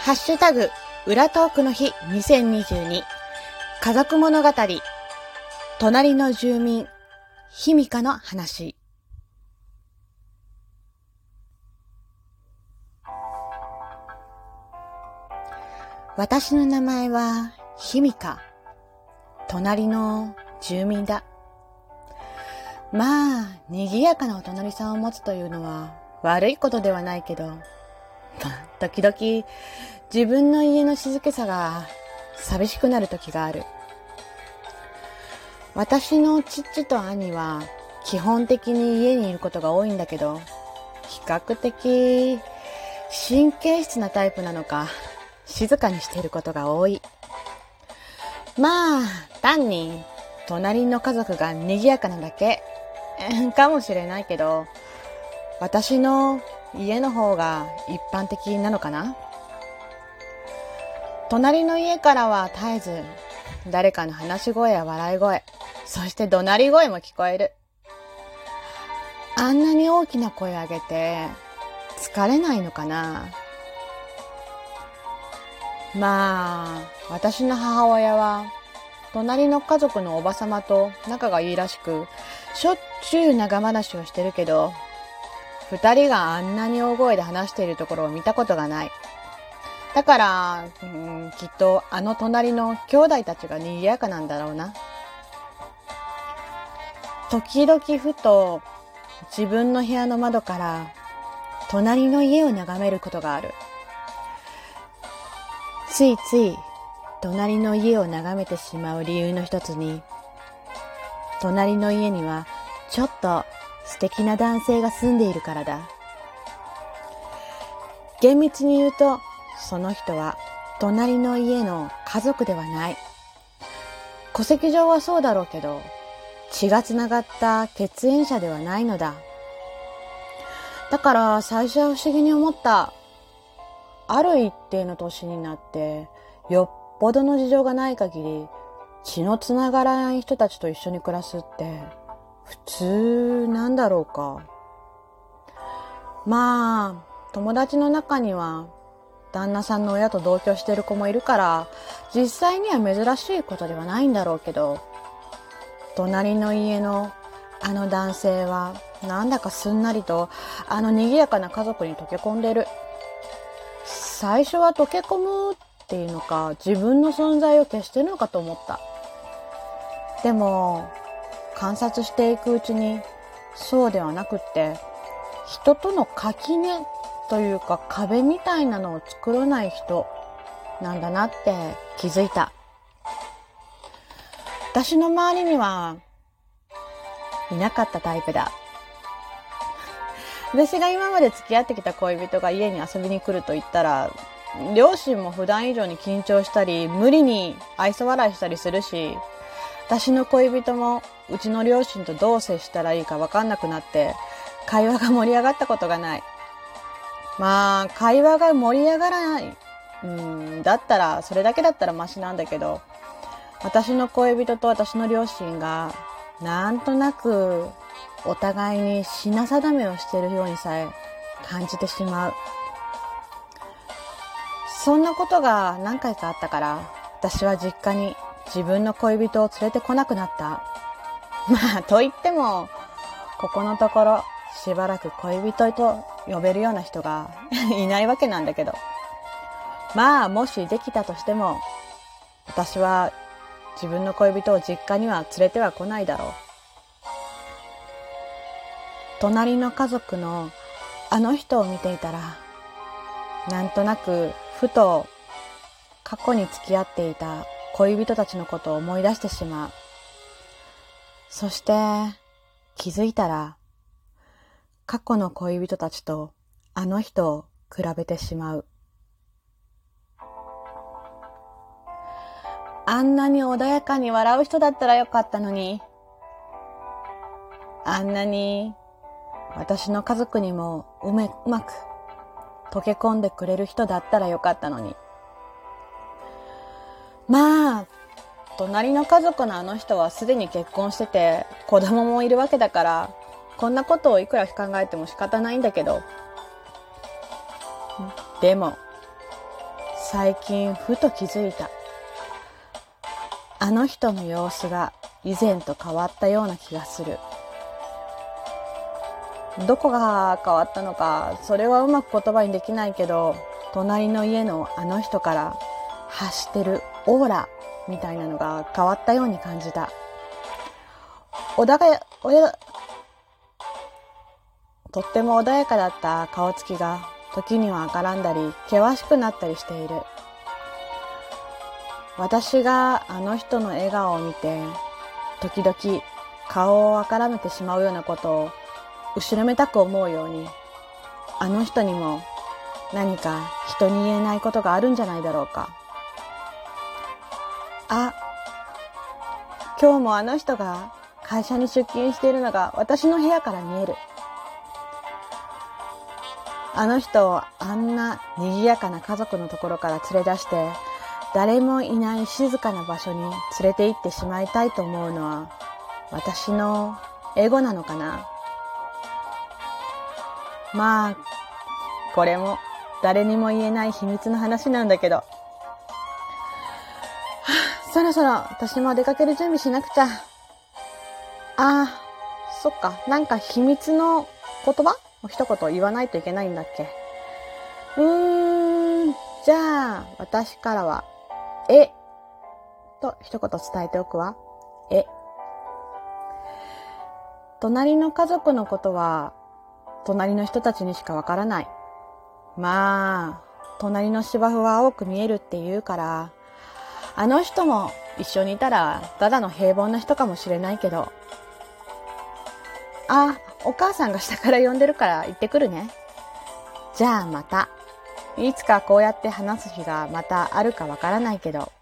ハッシュタグ、裏トークの日2022家族物語、隣の住民、ひみかの話。私の名前はひみか。隣の住民だ。まあ、賑やかなお隣さんを持つというのは悪いことではないけど、時々自分の家の静けさが寂しくなる時がある。私の父と兄は基本的に家にいることが多いんだけど、比較的神経質なタイプなのか静かにしていることが多い。まあ、単に隣の家族が賑やかなだけかもしれないけど、私の家の方が一般的なのかな。隣の家からは絶えず誰かの話し声や笑い声、そして怒鳴り声も聞こえる。あんなに大きな声上げて疲れないのかな。まあ、私の母親は隣の家族のおばさまと仲がいいらしく、しょっちゅう長話をしてるけど、二人があんなに大声で話しているところを見たことがない。だから、きっとあの隣の兄弟たちが賑やかなんだろうな。時々ふと自分の部屋の窓から隣の家を眺めることがある。ついつい隣の家を眺めてしまう理由の一つに、隣の家にはちょっと素敵な男性が住んでいるからだ。厳密に言うと、その人は隣の家の家族ではない。戸籍上はそうだろうけど、血がつながった血縁者ではないのだ。だから最初は不思議に思った。ある一定の年になって、よっぽどの事情がない限り、血のつながらない人たちと一緒に暮らすって、普通なんだろうか。まあ、友達の中には、旦那さんの親と同居してる子もいるから、実際には珍しいことではないんだろうけど、隣の家のあの男性は、なんだかすんなりとあの賑やかな家族に溶け込んでる。最初は溶け込むっていうのか、自分の存在を消してるのかと思った。でも、観察していくうちに、そうではなくって、人との垣根というか壁みたいなのを作らない人なんだなって気づいた。私の周りにはいなかったタイプだ。私が今まで付き合ってきた恋人が家に遊びに来ると言ったら、両親も普段以上に緊張したり、無理に愛想笑いしたりするし、私の恋人もうちの両親とどう接したらいいか分かんなくなって、会話が盛り上がったことがない。まあ、会話が盛り上がらない。だったら、それだけだったらマシなんだけど、私の恋人と私の両親が、なんとなく、お互いに品定めをしているようにさえ感じてしまう。そんなことが何回かあったから、私は実家に自分の恋人を連れてこなくなった。まあ、と言っても、ここのところ、しばらく恋人と呼べるような人がいないわけなんだけど。まあ、もしできたとしても、私は自分の恋人を実家には連れては来ないだろう。隣の家族のあの人を見ていたら、なんとなくふと過去に付き合っていた恋人たちのことを思い出してしまう。そして気づいたら、過去の恋人たちとあの人を比べてしまう。あんなに穏やかに笑う人だったらよかったのに、あんなに私の家族にもうまく溶け込んでくれる人だったらよかったのに。まあ、隣の家族のあの人はすでに結婚してて子供もいるわけだから、こんなことをいくら考えても仕方ないんだけど、でも最近ふと気づいた。あの人の様子が以前と変わったような気がする。どこが変わったのか、それはうまく言葉にできないけど、隣の家のあの人から発してるオーラみたいなのが変わったように感じた。とっても穏やかだった顔つきが時には赤らんだり険しくなったりしている。私があの人の笑顔を見て時々顔を赤らめてしまうようなことを後ろめたく思うように、あの人にも何か人に言えないことがあるんじゃないだろうか。あ、今日もあの人が会社に出勤しているのが私の部屋から見える。あの人をあんな賑やかな家族のところから連れ出して、誰もいない静かな場所に連れて行ってしまいたいと思うのは私のエゴなのかな。まあ、これも誰にも言えない秘密の話なんだけど。そろそろ私も出かける準備しなくちゃ。そっか。なんか秘密の言葉を一言言わないといけないんだっけ。じゃあ、私からは、と一言伝えておくわ。隣の家族のことは、隣の人たちにしかわからない。まあ、隣の芝生は青く見えるって言うから、あの人も一緒にいたらただの平凡な人かもしれないけど。お母さんが下から呼んでるから行ってくるね。じゃあまた。いつかこうやって話す日がまたあるかわからないけど。